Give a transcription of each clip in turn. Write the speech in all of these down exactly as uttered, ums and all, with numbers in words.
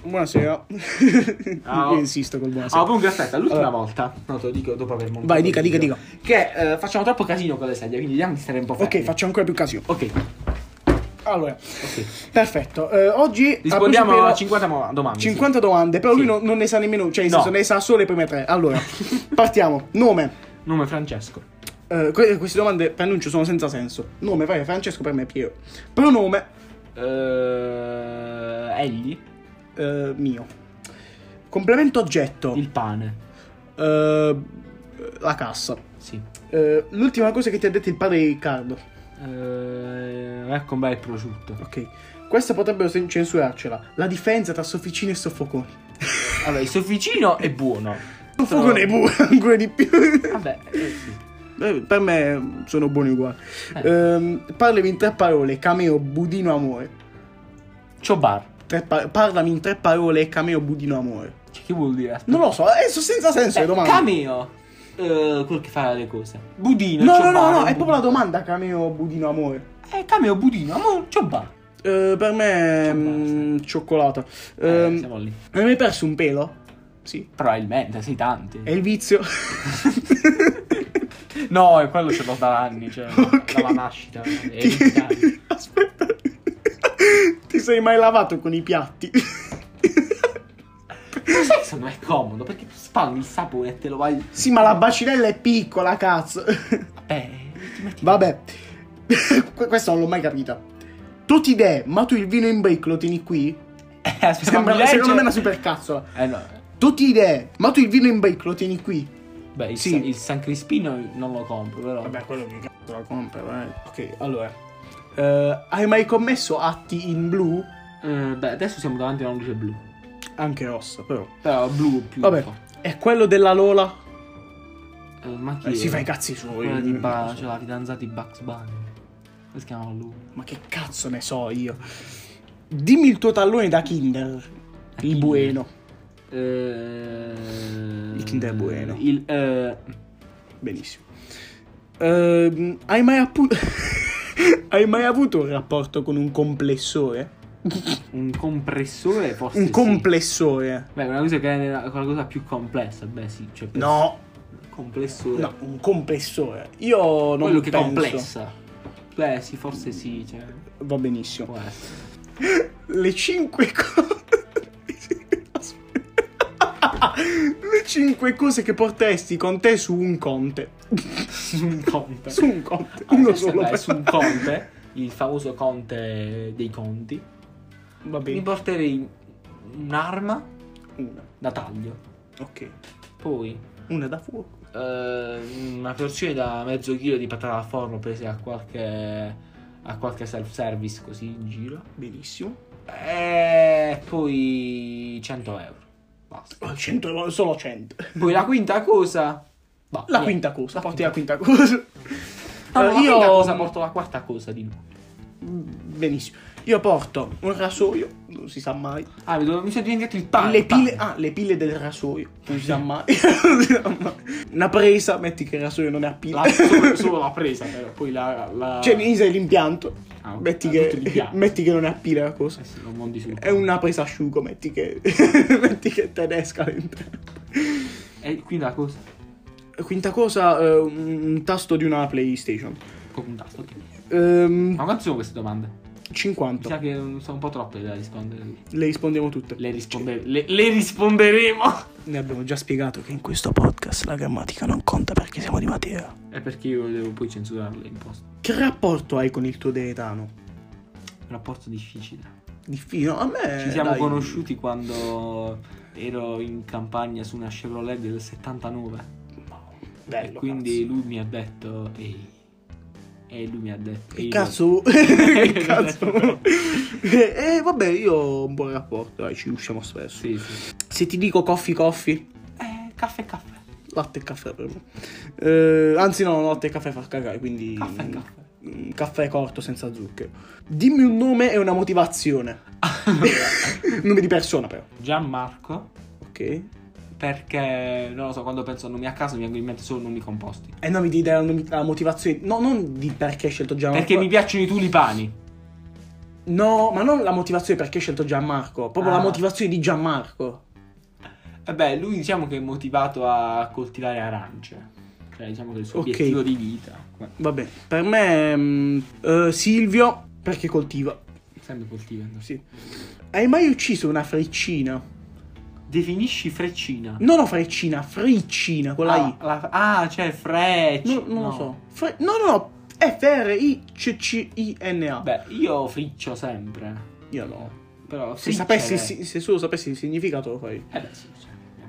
Buonasera. Ciao. Io insisto col buonasera. Ah, comunque aspetta, l'ultima Allora. volta, no, te lo dico dopo aver montato. Vai, dica, il dica, video, dica. Che eh, facciamo troppo casino con le sedie, quindi vediamo di stare un po' fermi. Ok, faccio ancora più casino. Ok, Allora, ok. perfetto. Eh, oggi Rispondiamo bruciapelo a cinquanta mo- domande. cinquanta domande, però Sì. lui non, non ne sa nemmeno, cioè nel No. senso ne sa solo le prime tre. Allora, partiamo. Nome. Sì. Nome Francesco. Eh, que- queste domande per annuncio sono senza senso. Nome, vai, Francesco, per me è Piero. Pronome. Eh, egli. eh, mio. Complemento oggetto. Il pane. Eh, la cassa. Sì. Eh, l'ultima cosa che ti ha detto il padre di Riccardo. Eh, ecco un bel prosciutto. Ok. Questa potrebbero sen- censurarcela. La differenza tra sofficini e soffoconi. Allora, il sofficino è buono. Soffocone è buono ancora di più. Vabbè, eh, sì. Eh, per me sono buoni uguali. Eh. Ehm, parlami in tre parole, cameo, budino, amore. Ciobar. Tre pa- parlami in tre parole, cameo, budino, amore. Cioè, che vuol dire? Non lo so, eh, sono senza senso Eh, le domande. cameo. Eh, quel che fa le cose. Budino. No, no, ciobar, no, no, è budino. proprio la domanda, cameo, budino, amore. Eh, cameo, budino. Amore, ciobar. Eh, per me, mm, cioccolata. Ehm, Eh, siamo lì. hai mai perso un pelo? Sì. Probabilmente, sei tanti. È il vizio. No, e quello ce l'ho da anni, cioè, Ok. dalla nascita. È Ti- venti anni. Aspetta. Ti sei mai lavato con i piatti? Ma sai che secondo me è comodo, perché tu spalmi il sapone e te lo vai... Sì, ma la bacinella è piccola, cazzo. Vabbè, ti metti... Vabbè. Que- Questa non l'ho mai capita. Tu ti dè, ma tu il vino in break lo tieni qui? Eh, aspetta, Sembra, fammi secondo me è leggere. una supercazzola. Eh no. Tu ti dè, ma tu il vino in break lo tieni qui? Beh, il, Sì. San, il San Crispino non lo compro, però... Vabbè, quello che cazzo la compra, eh. Ok, allora. Eh, hai mai commesso atti in blu? Eh, beh, adesso siamo davanti a una luce blu. Anche rossa, però. Però blu più... Vabbè, è quello della Lola? Eh, ma chi Eh, è? si fa i cazzi suoi. Quella di ba- Non so. cioè la fidanzata di Bugs Bunny. Come si chiama lui? Ma che cazzo ne so io? Dimmi il tuo tallone da Kinder. Il Kinder. bueno. Eh, Il Kinder Bueno. Il... Eh, Benissimo. Ehm, hai mai appu- Hai mai avuto un rapporto con un complessore? un compressore forse Un sì. complessore? Beh, una cosa che è una cosa più complessa. Beh, sì, cioè per- No, Compressore. no, un compressore. Io non Quello che penso. complessa. Beh, sì, forse sì, cioè, Va benissimo. può essere. Le cinque cose. Le cinque cose che porteresti con te su un conte. Su un conte. Su un conte. Ah, Uno questo solo. è per- su un conte, il famoso conte dei conti. Va Mi bene. porterei un'arma Una. da taglio. Ok. Poi Una da fuoco. eh, una porzione da mezzo chilo di patate al forno prese a qualche a qualche self service così in giro. Benissimo. E poi cento euro. Basta. Oh, cento, solo cento. Poi la quinta cosa. Bah, La niente. quinta cosa. La Porti la quinta- quinta cosa. No, no, Eh, la io quinta cosa porto la quarta cosa di nuovo. Benissimo. Io porto un rasoio, non si sa mai. Ah, mi, do- mi sono dimenticato il pane. Le il pane. pile, ah, le pile del rasoio, non si sa mai. Non si sa mai. Una presa, metti che il rasoio non è a pila. La- solo, solo la presa, però. Poi la. la... Cioè, mi sai l'impianto. Ah, ok. Metti, Ah, che, tutto l'impianto. metti che non è a pila la cosa. Eh sì, non mondi sul È una presa asciugo, metti che. metti che tedesca all'interno. E quindi la cosa. Quinta cosa, eh, un, un tasto di una PlayStation. Con un tasto, ok. Ehm, Ma quante sono queste domande? Mi cinquanta. sa che sono un po' troppe da rispondere. Le rispondiamo tutte. Le, risponde- le, le risponderemo. Ne abbiamo già spiegato che in questo podcast la grammatica non conta perché siamo di Matera. È perché io devo poi censurarle in post. Che rapporto hai con il tuo deretano? Un rapporto difficile. Difficile, a me. Ci siamo dai. conosciuti quando ero in campagna su una Chevrolet del settantanove. Bello, E quindi lui mi ha detto ehi. E lui mi ha detto Che ehi, cazzo? Che cazzo? E eh, vabbè, io ho un buon rapporto, dai, ci usciamo spesso. Sì, sì. Se ti dico coffee coffee, Eh, caffè caffè. latte e caffè per me. Eh, anzi no, latte e caffè fa cagare, quindi Caffè e caffè. mm, caffè corto senza zucchero. Dimmi un nome e una motivazione. Un nome di persona però. Gianmarco. Ok. Perché, non lo so, quando penso a nomi a caso mi vengono in mente solo nomi composti. E non mi dite la, la motivazione. No, non di perché hai scelto Gianmarco. Perché mi piacciono i tulipani. No, ma non la motivazione perché hai scelto Gianmarco, proprio Ah. la motivazione di Gianmarco. Vabbè, lui diciamo che è motivato a coltivare arance. Cioè, diciamo che è il suo Ok. obiettivo di vita. Vabbè, per me mm, eh, Silvio perché coltiva. Sempre coltivando. Sì. Hai mai ucciso una freccina? Definisci freccina. Non ho freccina, friccina con la I. Ah, la- ah, cioè frecci. No, non lo so. Fre- no, no, no. F R I C C I N A. Beh, io friccio sempre. Io no. Però Se friccere- sapessi, se, se solo sapessi il significato lo fai. Eh beh, sì, cioè.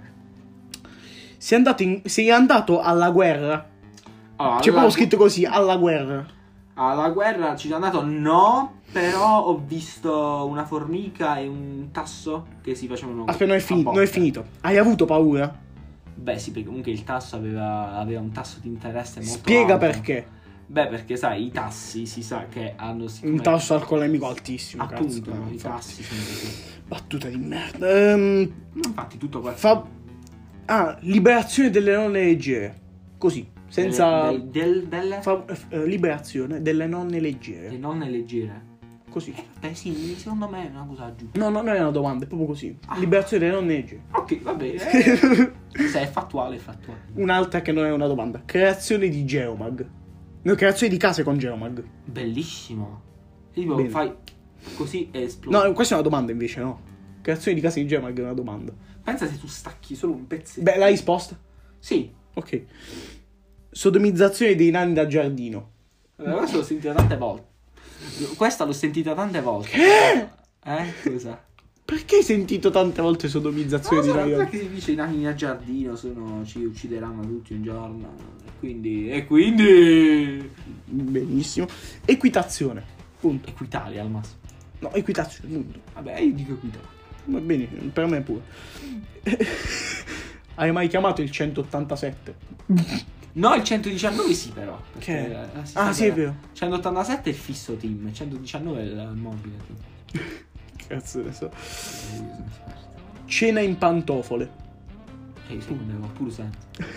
Sei andato, in- sei andato alla guerra? Allora, C'è alla- proprio scritto così, alla guerra. Alla guerra ci sono andato, no, però ho visto una formica e un tasso che si facevano. Aspetta, non è a finito, non botte. è finito. Hai avuto paura? Beh, sì, perché comunque il tasso aveva, aveva un tasso di interesse molto Spiega alto. perché. Beh, perché sai, i tassi si sa che hanno siccome- Un tasso alcolemico altissimo, Appunto, cazzo. i Infatti. tassi sono così. Battuta di merda. Ehm, Infatti tutto questo fa... Ah, liberazione delle nonne leggere. Così, senza... del, del, delle, Fa- eh, liberazione delle nonne le leggere. nonne leggere. Così. Beh, sì, secondo me è una cosa giusta. No, no, non è una domanda, è proprio così. Liberazione delle nonne leggere. Ok, va bene. Se è fattuale, è fattuale. Un'altra che non è una domanda. Creazione di Geomag. No, creazione di case con Geomag. Bellissimo. Tipo, Bene. fai così e esplode. No, questa è una domanda invece, no? Creazione di case di Geomag è una domanda. Pensa se tu stacchi solo un pezzetto. Beh, l'hai risposta? Sì. Ok. Sodomizzazione dei nani da giardino. Eh, Questa l'ho sentita tante volte. Questa l'ho sentita tante volte. Eh? Cosa? Perché hai sentito tante volte sodomizzazione Non di so, nani? da- perché si dice i nani a giardino sono, ci uccideranno tutti un giorno. E quindi. E quindi. Benissimo. Equitazione. Punto. Equitalia al massimo. No, equitazione. Punto. Vabbè, io dico Equitalia. Va bene, per me pure. Hai mai chiamato il centottantasette? No, il centodiciannove sì, però. perché, Che? eh, si Ah, sa sì, che è vero. centottantasette è il fisso team, il centodiciannove è il mobile team. Cazzo ne so. Eh, io sono esperto. Cena in pantofole. E io secondo me va pure senso.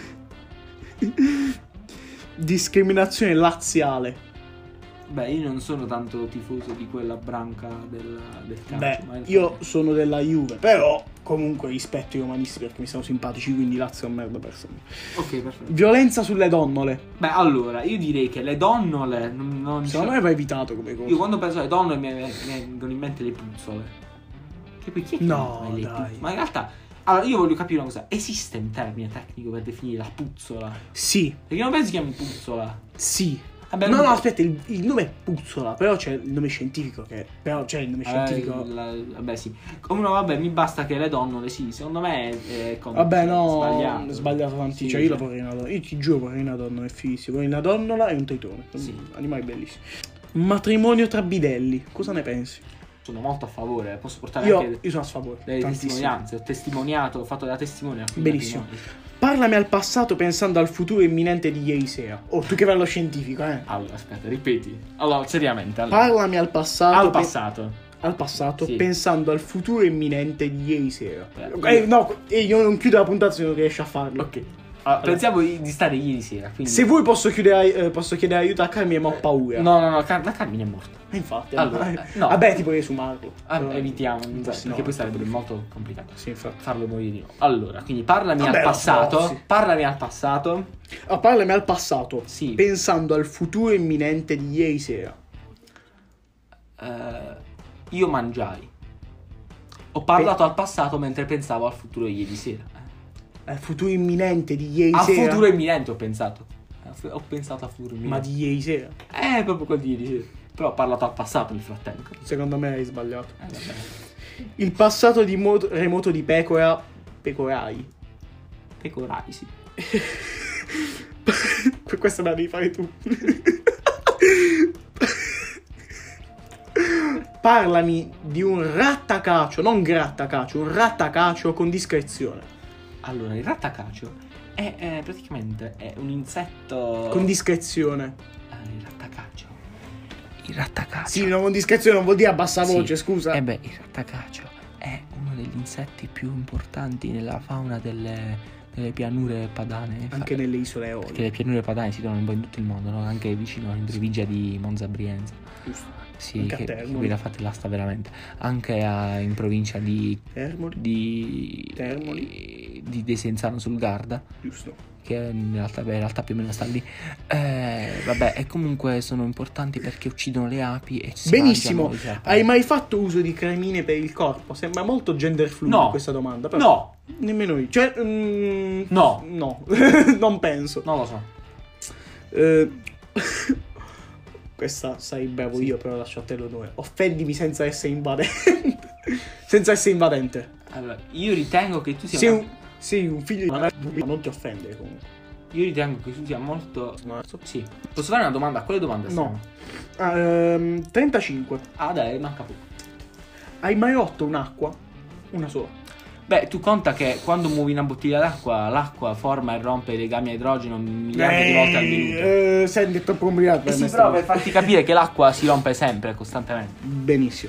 Discriminazione laziale. Beh, io non sono tanto tifoso di quella branca del, del calcio. Beh, ma in io effetti- sono della Juve. Però, comunque, rispetto i romanisti perché mi sono simpatici, quindi Lazio è un merda per sempre. Ok, perfetto. Violenza sulle donnole. Beh, allora, io direi che le donnole non, non Secondo me va evitato come cosa. Io quando penso alle donne mi, mi vengono in mente le puzzole. Che poi chi è che No, fa le dai. puzzole? Ma in realtà, allora io voglio capire una cosa. Esiste un termine tecnico per definire la puzzola? Sì, Perché non pensi si chiami puzzola? sì. Vabbè, no, non- no, aspetta, il, il nome è Puzzola, però c'è il nome scientifico che... Però c'è il nome scientifico... Eh, la- vabbè, sì. Comunque, vabbè, mi basta che le donnole, sì, secondo me è con- Vabbè, no, sbagliato. sbagliato tanti. Sì, Cioè, io la cioè. vorrei una donna. Io ti giuro, vorrei una donna, è fighissimo. Vorrei una donnola e un tritone. Sì. Animali bellissimi. Matrimonio tra bidelli. Cosa ne pensi? Sono molto a favore, posso portare Io, anche io sono a sfavore. delle Tantissimo. testimonianze. Ho testimoniato, ho fatto da testimone. alcuni Benissimo. matrimoni. Parlami al passato pensando al futuro imminente di ieri sera. Oh, tu che vai allo scientifico, eh. Allora, aspetta, ripeti. Allora, seriamente. Allora. Parlami al passato. Al pe- passato. al passato Sì. pensando al futuro imminente di ieri sera. Beh, Eh, no, eh, io non chiudo la puntata se non riesci a farlo. Ok. Allora, pensiamo di di stare ieri sera. Quindi... Se vuoi posso chiudere, eh, posso chiedere aiuto a Carmine, ma ho paura. No, no, no, Car- la Carmine è morta. E infatti, Allora, eh, no. Vabbè, ti puoi riesumarlo. Ah, Però- evitiamo, sì, perché no. poi sarebbe molto complicato. Sì, infatti. Farlo morire di nuovo. Allora, quindi parlami Vabbè, al lo passato. so, sì. Parlami al passato. Ah, parlami al passato. Sì. Pensando al futuro imminente di ieri sera. Eh, io mangiai. Ho parlato al passato mentre pensavo al futuro di ieri sera. Al futuro imminente di ieri Al sera. futuro imminente ho pensato. Ho pensato al futuro Ma imminente. di ieri sera. Eh, proprio quello di ieri sera. Però ho parlato al passato nel frattempo. Secondo me hai sbagliato. Eh, vabbè. Il passato di mo- remoto di Pecora. Pecorai. Pecorai, sì. Questa me la devi fare tu. Parlami di un rattacacio, non grattacacio, un rattacacio con discrezione. Allora, il rattacacio è, è praticamente è un insetto. Con discrezione. Eh, il rattacacio. Il rattacacio. Sì, no, con discrezione non vuol dire a bassa Sì. voce, scusa. Eh beh, il rattacacio è uno degli insetti più importanti nella fauna delle, delle pianure padane. Anche nelle isole Perché Eolie. le pianure padane si trovano un po' in tutto il mondo, no? Anche vicino in provincia di Monza Brienza. Giusto. Sì, Anche a che, che Termoli. guida fatta l'asta veramente. Anche a- in provincia di Termoli. di Termoli. di Desenzano sul Garda, Giusto. che in realtà, beh, in realtà più o meno sta lì. Eh, vabbè, e comunque sono importanti perché uccidono le api e si Benissimo. mangiano i serpenti. Hai mai fatto uso di cremine per il corpo? Sembra molto gender fluid No. questa domanda. Però No, nemmeno io. Cioè, mm, no, no, non penso. non lo so. Eh, questa sai bevo Sì. io, però lascio a te l'onore. Offendimi senza essere invadente. Senza essere invadente. Allora, io ritengo che tu sia Sei una- un, sei un figlio di ma non ti offende comunque. Io ritengo che tu sia molto. No. Sì. Posso fare una domanda? Quale domanda No. siamo? Ah, ehm, trentacinque. Ah, dai, manca poco. Hai mai rotto un'acqua? Una sola. Beh, tu conta che quando muovi una bottiglia d'acqua, l'acqua forma e rompe i legami a idrogeno miliardi di volte al minuto. Eh, senti, è troppo complicato E per si me prova sta per farti capire che l'acqua si rompe sempre, costantemente. cosa. Benissimo.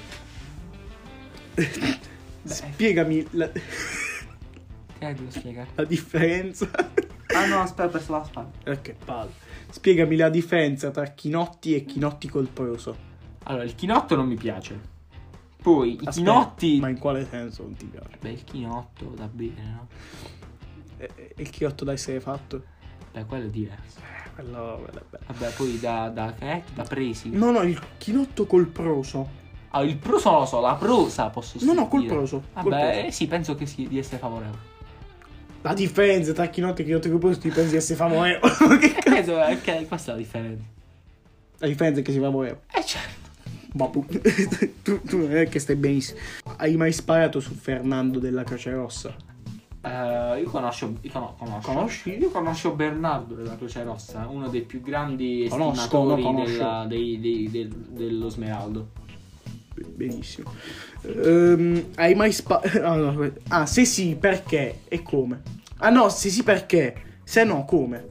Spiegami la, Che devo spiegare? la differenza. Ah no, aspetta, ho perso la spalla. Eh, che palle. Spiegami la differenza tra chinotti e chinotti colposo. Allora, il chinotto non mi piace. Poi, i Aspetta, quinotti... Ma in quale senso non ti piace? Beh, il chinotto va bene, no? Eh, eh, il chinotto da essere fatto? Beh, quello è diverso. Eh, quello, quello è bello. Vabbè, poi da, da, che è? Da presi. No, no, il chinotto col proso. Ah, il proso non lo so, la prosa posso No, no, col dire. proso. Col Vabbè, proso. sì, penso che sia di essere favorevole. La differenza tra chinotti e chinotti col proso ti pensi di essere favorevole. Che cazzo? Penso che questa è la differenza. La differenza è che si favorevole. Eh certo. Babu. tu, tu non è che stai benissimo. Hai mai sparato su Fernando della Croce Rossa? Eh, io conosco, io cono- conosco. Conosci? Io conosco Bernardo della Croce Rossa, uno dei più grandi Conosco, estimatori lo conosco. della- dei- dei- del- dello Smeraldo. Benissimo. Ehm, hai mai sparato... Ah, no, ah, se sì, perché e come? Ah no, se sì, perché? Se no, come?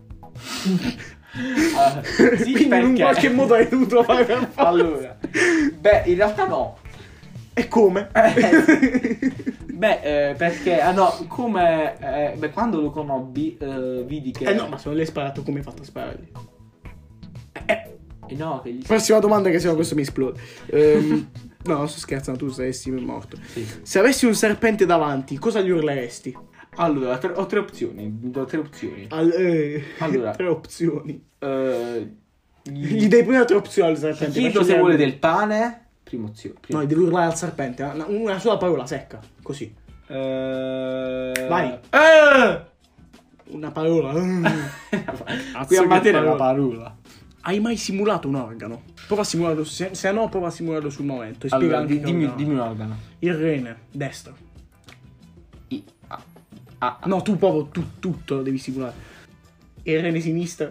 Ah, sì, Quindi in un perché- qualche modo hai dovuto fare per forza. Allora, beh, in realtà no. E come? Beh, eh, perché, ah no, come, eh, beh, quando lo conobbi, eh, vidi che... Eh no, ma se non l'hai sparato, come hai fatto a sparargli? Eh, Eh no, che gli... prossima domanda che sennò questo mi esplode. Ehm, no, non sto scherzando, tu saresti morto. Sì. Se avessi un serpente davanti, cosa gli urleresti? Allora, tre- ho tre opzioni, do tre opzioni. Al- eh, Allora. tre opzioni. Eh, Gli dai prima tre opzioni al serpente. chiedo faccio se vuole sempre- del pane, prima opzione. prima- No, devi urlare al serpente. Una, una sola parola secca. Così. Eh... Vai. Eh! Una parola. Mm. Qui a che Matera è parola. la parola. Hai mai simulato un organo? Prova a simularlo. Se, se no, prova a simularlo sul momento. E spiega Allora, anche di- che dimmi, organo. dimmi un organo. Il rene, destro. I- ah, ah, ah. No, tu proprio tu, tutto lo devi simulare. Il rene sinistro.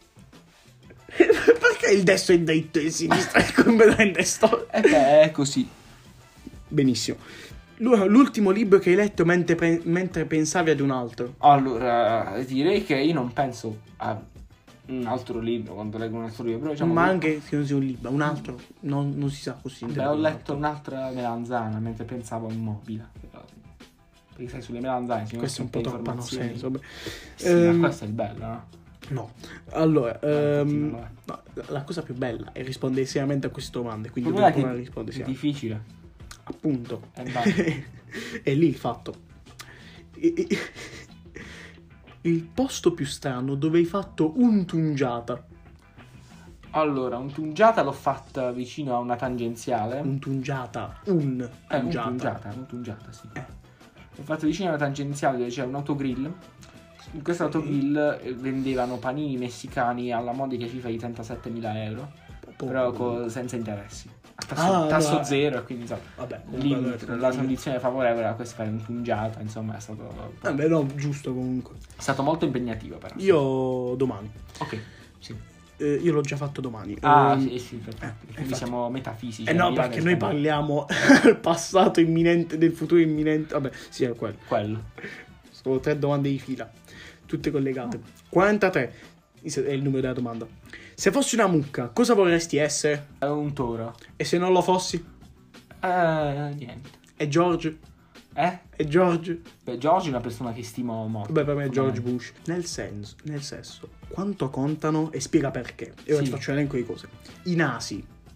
Perché il destro è dritto e il sinistro è completamente storto? Eh beh, è così. Benissimo. Lu- L'ultimo libro che hai letto mentre, pe- mentre pensavi ad un altro. Allora, direi che io non penso a un altro libro quando leggo un altro libro, però diciamo Ma che- anche se non sia un libro, un altro non, non si sa così. Beh, ho letto un'altra melanzana mentre pensavo a un mobile. Perché sai, sulle melanzane ci Questo è un po' tutte troppo hanno informazioni. senso. Beh. Sì, Ehm, ma questo è il bello, no? No. Allora, ehm, continua, no, la- la cosa più bella è rispondere seriamente a queste domande. Il Quindi problema dobbiamo è che rispondere è seriamente. difficile. Appunto. Eh, vai. È lì il fatto. I- i- Il posto più strano dove hai fatto un tungiata. Allora, un tungiata l'ho fatta vicino a una tangenziale. Un tungiata. Un Eh, un tungiata. tungiata, un tungiata, sì. Eh. L'ho fatto vicino a una tangenziale dove c'è un autogrill. In questo autogrill eh, vendevano panini messicani alla modica cifra di trentasettemila euro. Però co- senza interessi. A tasso, Ah, tasso no. zero, e quindi insomma, Vabbè, lì comunque, la condizione favorevole era questa fare un tungiata, insomma, è stato, Vabbè, no, giusto comunque. è stato molto impegnativo però. Io domani. Ok, sì. Eh, io l'ho già fatto domani. Ah, Ehm, sì, sì, perfetto. eh, Quindi infatti. siamo metafisici. Eh no, arrivati perché a noi scoprire. parliamo del passato imminente, del futuro imminente. Vabbè, sì, è quello. Quello. Sono tre domande di fila, tutte collegate. quarantatré è il numero della domanda. Se fossi una mucca, cosa vorresti essere? È un toro. E se non lo fossi? Eh, niente. E George? Eh? E George? Beh, George è una persona che stimo molto. Beh, per me è George Come- Bush. Nel senso, nel senso, quanto contano e spiega perché. E ora Sì. ti faccio un elenco di cose. I nasi,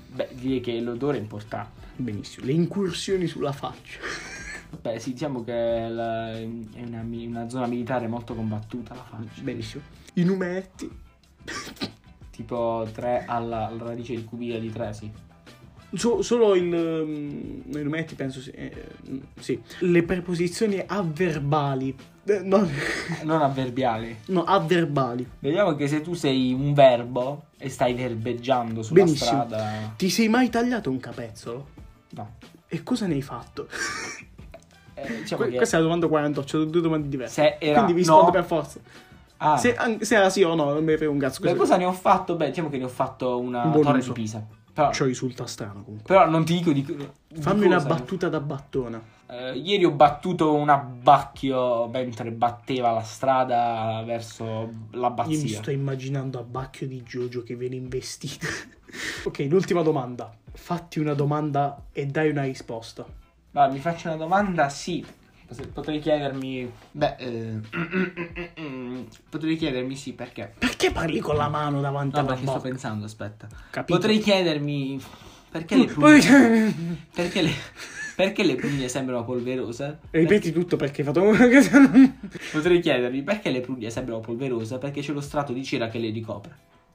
Beh, direi che l'odore è importante. Benissimo. Le incursioni sulla faccia. Beh, sì, diciamo che la- è una, mi- una zona militare molto combattuta la faccia. Benissimo. I numeretti. Tipo tre alla, alla radice del cubile di tre, sì. So- solo il um, i numeretti penso sì, eh, mm, sì. Le preposizioni avverbali. Eh, no, Non avverbiali. no, avverbali. Vediamo che se tu sei un verbo e stai verbeggiando sulla Benissimo. strada... Ti sei mai tagliato un capezzolo? No. E cosa ne hai fatto? Eh, diciamo Que- che Questa è la domanda quarantotto, ho due domande diverse. se era... Quindi vi rispondo no. per forza. Ah, Se, an- se era sì o no, non me ne frega un cazzo. beh, cosa ne ho fatto? Beh, diciamo che ne ho fatto una Un buon torre uso. di Pisa. Però, Ci risulta strano comunque. però non ti dico di, di Fammi una cosa ne ho- battuta da battona. Eh, ieri ho battuto un abbacchio mentre batteva la strada verso Io mi l'abbazia. sto immaginando a Bacchio di Giorgio che viene investito. Ok, l'ultima domanda. Fatti una domanda e dai una risposta. Allora, mi faccio una domanda? Sì. Potrei chiedermi... Beh, eh... potrei chiedermi sì, perché? Perché parli con la mano davanti No, alla perché sto bocca? pensando, aspetta. Capito? Potrei chiedermi... Perché le prugne... perché le... Perché le prugne sembrano polverose? Ripeti tutto perché hai fatto una cosa. Potrei chiedermi perché le prugne sembrano polverose? Perché c'è lo strato di cera che le ricopre.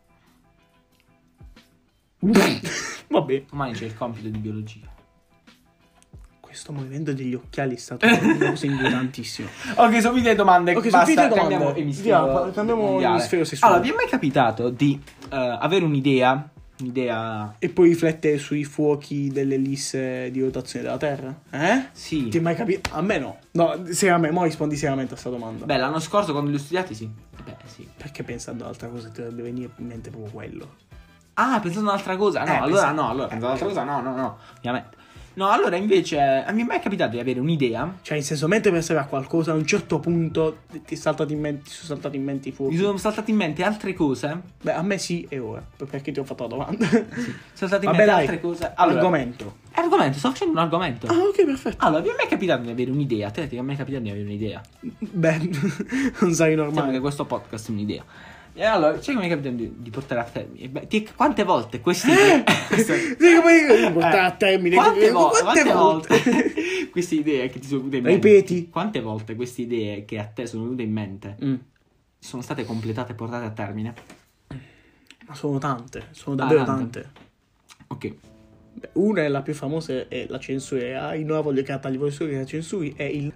Vabbè. Domani c'è il compito di biologia. Questo movimento degli occhiali è stato una cosa inquietantissima. Ok, sono video e domande. Ok, basta, sono video e domande. cambiamo emisfero Via, cambiamo mondiale. emisfero sessuale. Allora, vi è mai capitato di eh, avere un'idea? Un'idea... E poi riflette sui fuochi delle ellisse di rotazione della Terra? Eh? Sì. Ti è mai capito? A me no. No, seriamente, mo rispondi seriamente a questa domanda. Beh, l'anno scorso quando li ho studiati, sì. Beh, sì. Perché pensando ad altra cosa ti dovrebbe venire in mente proprio quello? Ah, pensando ad un'altra cosa? No, Eh, allora pensa- no, allora pensando ad un'altra cosa? No, no, no, ovviamente. No, allora invece, a me è mai capitato di avere un'idea? Cioè, in senso, mentre pensavi a qualcosa, a un certo punto ti, è saltato in mente, ti sono saltati in mente i fuochi. Mi sono saltate in mente altre cose. Beh, a me sì e ora, perché ti ho fatto la domanda. Sono saltate in Vabbè, mente dai, altre cose. Allora, argomento. argomento, sto facendo un argomento. Ah, ok, perfetto. Allora, vi è mai capitato di avere un'idea? Te ti è mai capitato di avere un'idea? Beh, non sai Sembra normale. che questo podcast è un'idea. E allora, c'è come capita di, di portare a termine? Beh, ti- quante volte queste idee... Sì, come io portare a termine. Quante, vo- Quante quante volte? volte queste idee che ti sono venute in mente? Ripeti. Quante volte queste idee che a te sono venute in mente Mm. sono state completate e portate a termine? Ma sono tante, sono davvero Ah, tante. tante. Ok. Beh, una è la più famosa, è la censura A I. Non la voglio cantare, voglio solo che la censuri. È il...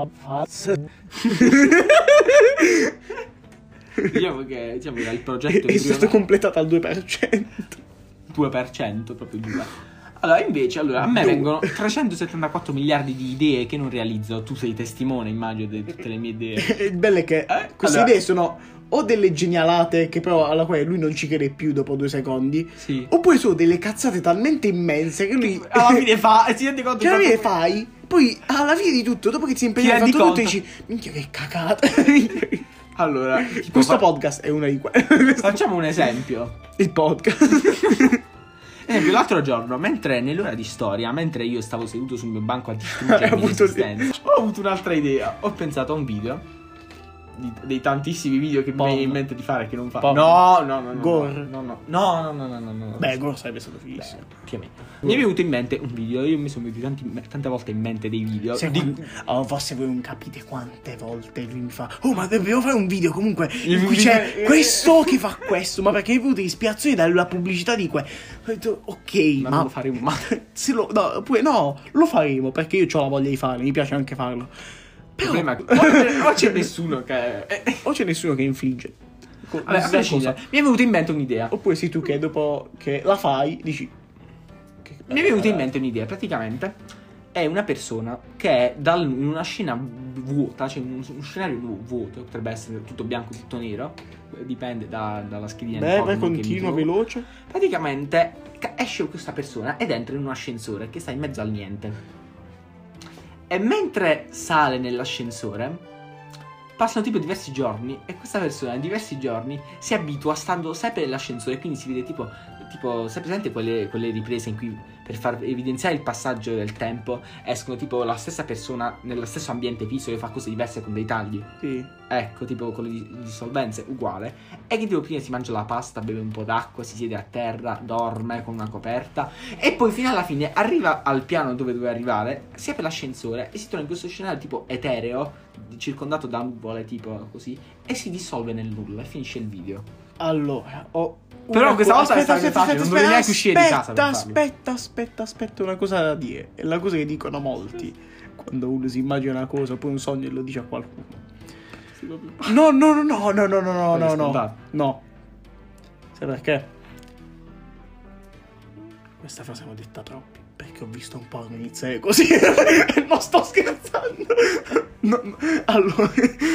Diciamo che, diciamo che il progetto è di stato prima- completato al due per cento. due per cento, proprio due. Allora, invece, allora, a me Due. vengono trecentosettantaquattro miliardi di idee che non realizzo. Tu sei testimone, immagino, di tutte le mie idee. Il bello è che Eh, queste allora- idee sono o delle genialate che però alla quale lui non ci crede più dopo due secondi, Sì. oppure sono delle cazzate talmente immense che lui Alla fine fa, e si rende conto che alla fine proprio- fai, poi alla fine di tutto, dopo che ti sei impegnato a rendi fatto tutto, conto. dici minchia che cagata. Allora, tipo, Questo fa- podcast è una di quelle. facciamo un esempio. Il podcast. Ad esempio, l'altro giorno, mentre nell'ora di storia, mentre io stavo seduto sul mio banco a Hai distruggermi avuto- l'esistenza, ho avuto un'altra idea. Ho pensato a un video. Di- dei tantissimi video che mi Porno. viene in mente di fare che non fa. Porno. No, no, no, no. Gore. No, no, no, no, no, no, no, no. Beh, Goro sarebbe stato fighissimo. Più o meno. Mi è venuto in mente un video. Io mi sono venuti tanti- tante volte in mente dei video. Se di- quando- oh, forse voi non capite quante volte lui mi fa oh ma dobbiamo fare un video comunque in Il cui video- c'è questo che fa questo, ma perché hai avuto ispirazione dalla pubblicità di que ho detto ok, Ma ma, non lo faremo mai. se lo, no, oppure no, lo faremo perché io ho la voglia di farlo, mi piace anche farlo. Il Però problema è che o c'è- o c'è nessuno che. eh, o c'è nessuno che infligge. Co- Vabbè, a questa prescindere, cosa. mi è venuta in mente un'idea. Oppure sei tu che dopo che la fai dici che Mi è venuta in mente un'idea, praticamente è una persona che è dal- in una scena vuota, cioè un, un scenario vu- vuoto, potrebbe essere tutto bianco, tutto nero, dipende da- dalla schedina di beh, porno beh, che mi continuo trovo. veloce. Praticamente ca- esce questa persona ed entra in un ascensore che sta in mezzo al niente. E mentre sale nell'ascensore passano tipo diversi giorni e questa persona in diversi giorni si abitua stando sempre nell'ascensore, quindi si vede tipo tipo, sai presente quelle, quelle riprese in cui per far evidenziare il passaggio del tempo escono tipo la stessa persona nello stesso ambiente fisso che fa cose diverse con dei tagli? Sì. Ecco, tipo con le dissolvenze, uguale. E che tipo prima si mangia la pasta, beve un po' d'acqua, si siede a terra, dorme con una coperta e poi fino alla fine arriva al piano dove deve arrivare, si apre l'ascensore e si trova in questo scenario tipo etereo, circondato da nuvole tipo così, e si dissolve nel nulla e finisce il video. Allora, ho... Però questa cosa- volta è stato facile, non dovevi neanche uscire di casa per farlo. Aspetta, aspetta, aspetta, una cosa da dire. È la cosa che dicono molti quando uno si immagina una cosa, poi un sogno e lo dice a qualcuno. No, no, no, no, no, no, no, no, no, no. No. Sai perché? Questa frase l'ho detta troppi. Perché ho visto un po' iniziare così. Non sto scherzando. No, no. Allora,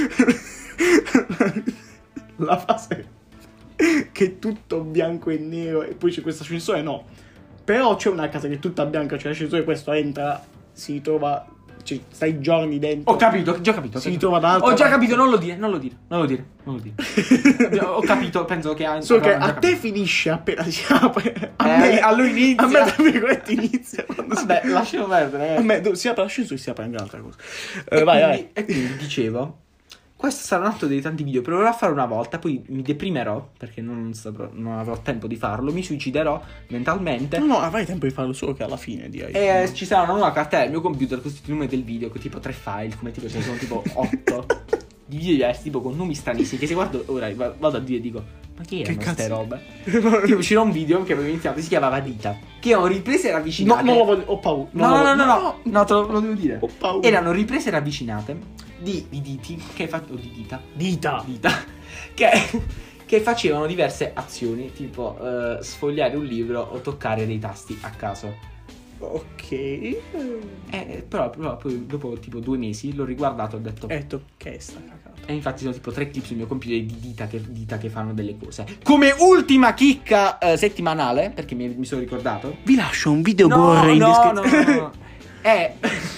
la fase che è tutto bianco e nero e poi c'è questo ascensore, no. Però c'è una casa che è tutta bianca, c'è l'ascensore, questo entra, si trova, cioè, stai giorni dentro. Ho capito, ho già capito. Si trova dall'altra Ho già parte. capito, non lo dire, non lo dire, non lo dire, non lo dire. Ho capito, penso che ha So che ho già a te capito. finisce appena si apre. A Eh, me, a lui inizia. A me, tra virgolette, inizia. quando si- Vabbè, lasciamo perdere. A me do- si apre l'ascensore e si apre anche un'altra cosa. E, Eh, vai, quindi, vai. e quindi dicevo, questo sarà un altro dei tanti video. Proverò a fare una volta, poi mi deprimerò perché non, saprò, non avrò tempo di farlo. Mi suiciderò mentalmente. No, no, avrai tempo di farlo solo che alla fine, direi. E ci sarà una nuova cartella del mio computer costituita il nome del video con tipo tre file, come tipo ce ne sono tipo otto di video diversi, tipo con nomi stranissimi. Che se guardo ora va- vado a dire e dico, ma che erano cazzo? queste robe? Tipo c'era un video che avevo iniziato, si chiamava Dita, che erano riprese e No, ravvicinate. non lo voglio, ho paura. No, Non no, lo no, no, voglio- no, no, te lo, lo devo dire. Ho paura. Erano riprese ravvicinate di, di diti che fa- o di dita, Dita. dita che, che facevano diverse azioni, tipo eh, sfogliare un libro o toccare dei tasti a caso. Ok. Eh, però, però poi dopo tipo due mesi l'ho riguardato e ho detto. Ho detto, che è sta cagata? E infatti sono tipo tre clip sul mio computer di dita che, dita che fanno delle cose. Come ultima chicca eh, settimanale, perché mi, mi sono ricordato. Vi lascio un video No, borre in no, no, descrizione. no, no. È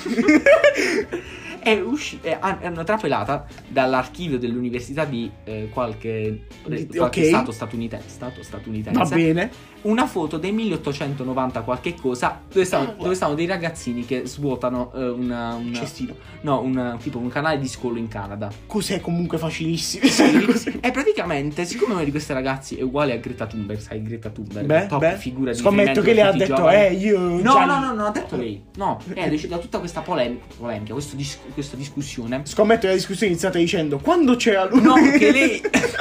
è uscita, è una trapelata dall'archivio dell'università di eh, qualche, Di- qualche ok. stato statunitense, stato statunitense. Va bene. Una foto del milleottocentonovanta qualche cosa dove stavano, dove stavano dei ragazzini che svuotano eh, una, una Cestino. no, un tipo un canale di scolo in Canada. Cos'è comunque facilissimo. E praticamente, siccome uno di questi ragazzi è uguale a Greta Thunberg, sai Greta Thunberg, Beh, top beh. figura di Scommetto riferimento che le per ha tutti i detto, giovani. eh, io No, già- no, no, non ha detto lei. No, è uscita da tutta questa polem- polemica, questo dis- questa discussione. Scommetto che la discussione è iniziata dicendo, quando c'era lui? No, che lei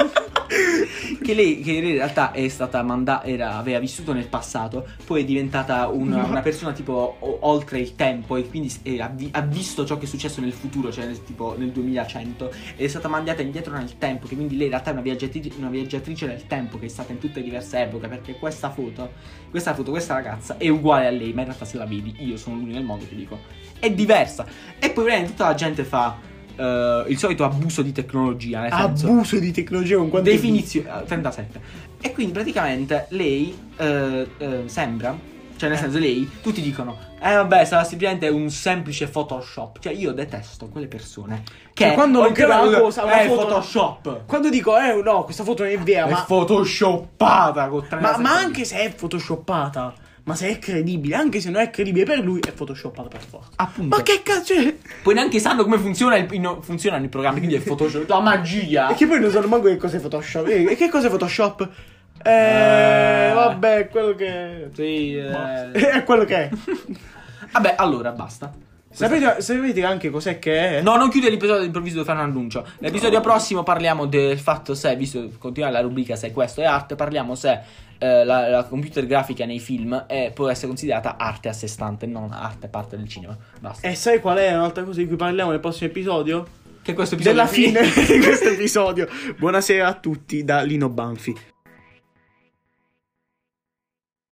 che lei che in realtà è stata mandata, era, aveva vissuto nel passato, poi è diventata una, una persona tipo o- oltre il tempo e quindi s- e ha, vi- ha visto ciò che è successo nel futuro, cioè nel, tipo nel duemilacento, ed è stata mandata indietro nel tempo, che quindi lei in realtà è una viaggiatrice, una viaggiatrice nel tempo che è stata in tutte le diverse epoche, perché questa foto, questa foto, questa ragazza è uguale a lei, ma in realtà se la vedi, io sono l'unico nel mondo che dico, è diversa. E poi veramente tutta la gente fa Uh, il solito abuso di tecnologia, nel senso, Abuso di tecnologia con quanto definizione uh, trentasette. E quindi praticamente lei uh, uh, sembra, cioè nel senso lei, tutti dicono eh vabbè, sarà semplicemente un semplice Photoshop. Cioè io detesto quelle persone che Cioè, quando non oh, crea una cosa, una è foto- Photoshop, Quando dico, eh no, questa foto non è vera, è ma, photoshoppata con ma, trentasette. ma anche se è photoshoppata, ma se è credibile, anche se non è credibile per lui, è photoshoppata per forza. Appunto. Ma che cazzo è? Poi neanche sanno come funziona il, no, funzionano i programmi, quindi è Photoshop, la magia. E che poi non sanno manco che cos'è Photoshop. E che cos'è Photoshop? Eh, Eh. vabbè, è quello che... Sì, eh. È quello che è. Vabbè, allora basta. Sapete, sapete anche cos'è che è? No, non chiude l'episodio d'improvviso, devo fare un annuncio. L'episodio prossimo parliamo del fatto se, visto continuare la rubrica se questo è arte, parliamo se eh, la, la computer grafica nei film è, può essere considerata arte a sé stante, non arte parte del cinema. Basta. E sai qual è un'altra cosa di cui parliamo nel prossimo episodio? Che questo episodio Della è finito. fine di questo episodio. Buonasera a tutti da Lino Banfi.